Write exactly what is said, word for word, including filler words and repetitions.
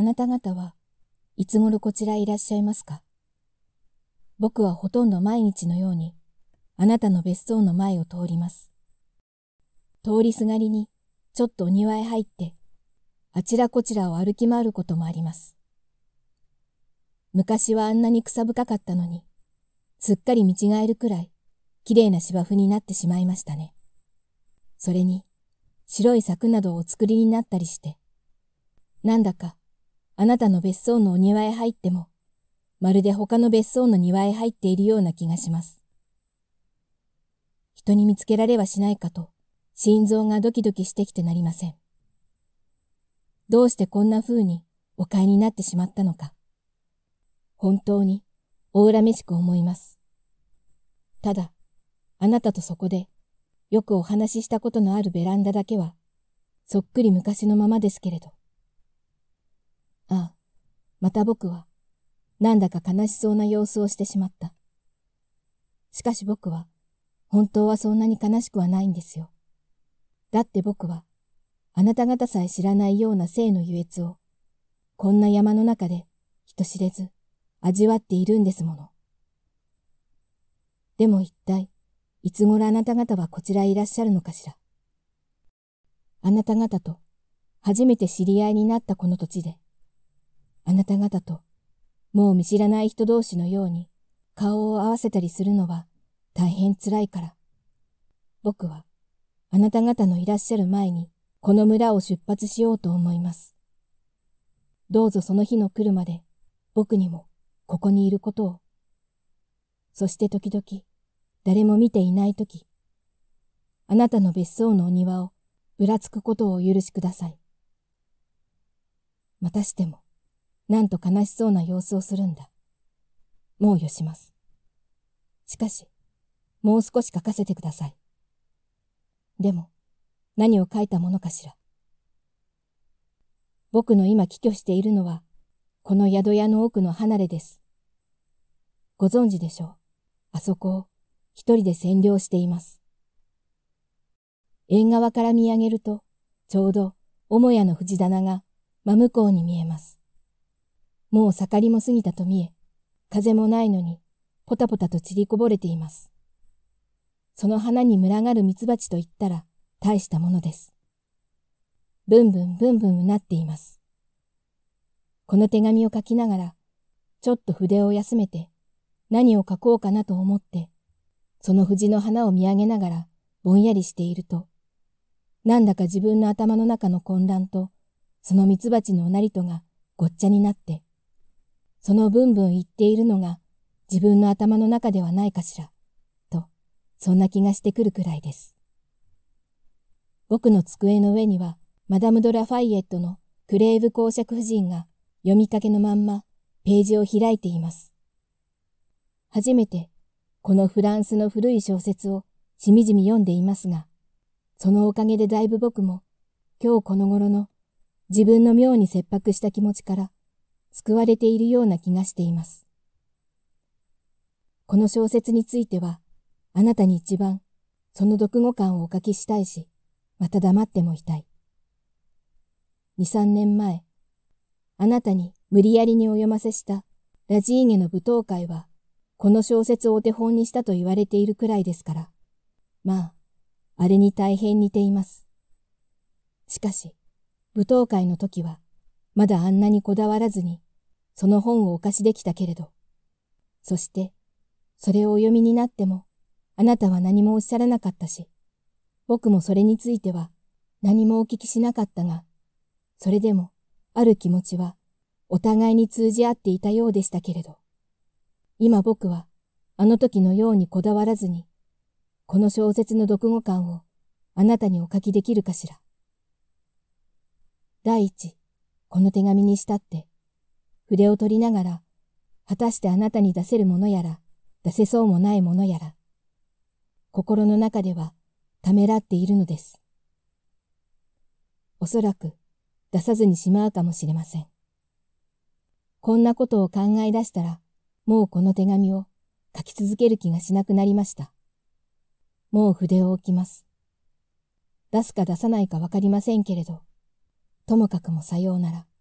なた方はいつ頃こちらへいらっしゃいますか？僕はほとんど毎日のようにあなたの別荘の前を通ります。通りすがりにちょっとお庭へ入ってあちらこちらを歩き回ることもあります。昔はあんなに草深かったのに、すっかり見違えるくらいきれいな芝生になってしまいましたね。それに白い柵などをお作りになったりして、なんだかあなたの別荘のお庭へ入っても、まるで他の別荘の庭へ入っているような気がします。人に見つけられはしないかと、心臓がドキドキしてきてなりません。どうしてこんな風にお買いになってしまったのか。本当にお恨めしく思います。ただ、あなたとそこでよくお話ししたことのあるベランダだけは、そっくり昔のままですけれど。ああ、また僕は、なんだか悲しそうな様子をしてしまった。しかし僕は、本当はそんなに悲しくはないんですよ。だって僕は、あなた方さえ知らないような生の優越を、こんな山の中で人知れず味わっているんですもの。でも一体、いつ頃あなた方はこちらへいらっしゃるのかしら。あなた方と初めて知り合いになったこの土地で、あなた方ともう見知らない人同士のように顔を合わせたりするのは大変辛いから、僕はあなた方のいらっしゃる前にこの村を出発しようと思います。どうぞその日の来るまで僕にもここにいることを。そして時々誰も見ていないとき、あなたの別荘のお庭をぶらつくことをお許しください。またしても、なんと悲しそうな様子をするんだ。もうよします。しかし、もう少し書かせてください。でも、何を書いたものかしら。僕の今帰居しているのは、この宿屋の奥の離れです。ご存知でしょう。あそこを一人で占領しています。縁側から見上げると、ちょうど母屋の藤棚が真向こうに見えます。もう盛りも過ぎたと見え、風もないのにポタポタと散りこぼれています。その花に群がるミツバチと言ったら大したものです。ブンブンブンブンうなっています。この手紙を書きながら、ちょっと筆を休めて何を書こうかなと思って、その藤の花を見上げながらぼんやりしていると、なんだか自分の頭の中の混乱と、そのミツバチのおなりとがごっちゃになって、そのブンブン言っているのが自分の頭の中ではないかしら、と、そんな気がしてくるくらいです。僕の机の上には、マダム・ド・ラ・ファイエットのクレーブ公爵夫人が読みかけのまんまページを開いています。初めてこのフランスの古い小説をしみじみ読んでいますが、そのおかげでだいぶ僕も今日この頃の自分の妙に切迫した気持ちから救われているような気がしています。この小説についてはあなたに一番その読後感をお書きしたいし、また黙ってもいたい。二三年前、あなたに無理やりにお読ませしたラジーゲの舞踏会はこの小説をお手本にしたと言われているくらいですから、まあ、あれに大変似ています。しかし、舞踏会の時は、まだあんなにこだわらずに、その本をお貸しできたけれど、そして、それをお読みになっても、あなたは何もおっしゃらなかったし、僕もそれについては何もお聞きしなかったが、それでも、ある気持ちは、お互いに通じ合っていたようでしたけれど、今僕は、あの時のようにこだわらずに、この小説の読後感をあなたにお書きできるかしら。第一、この手紙にしたって、筆を取りながら、果たしてあなたに出せるものやら、出せそうもないものやら、心の中ではためらっているのです。おそらく出さずにしまうかもしれません。こんなことを考え出したら、もうこの手紙を書き続ける気がしなくなりました。もう筆を置きます。出すか出さないかわかりませんけれど、ともかくもさようなら。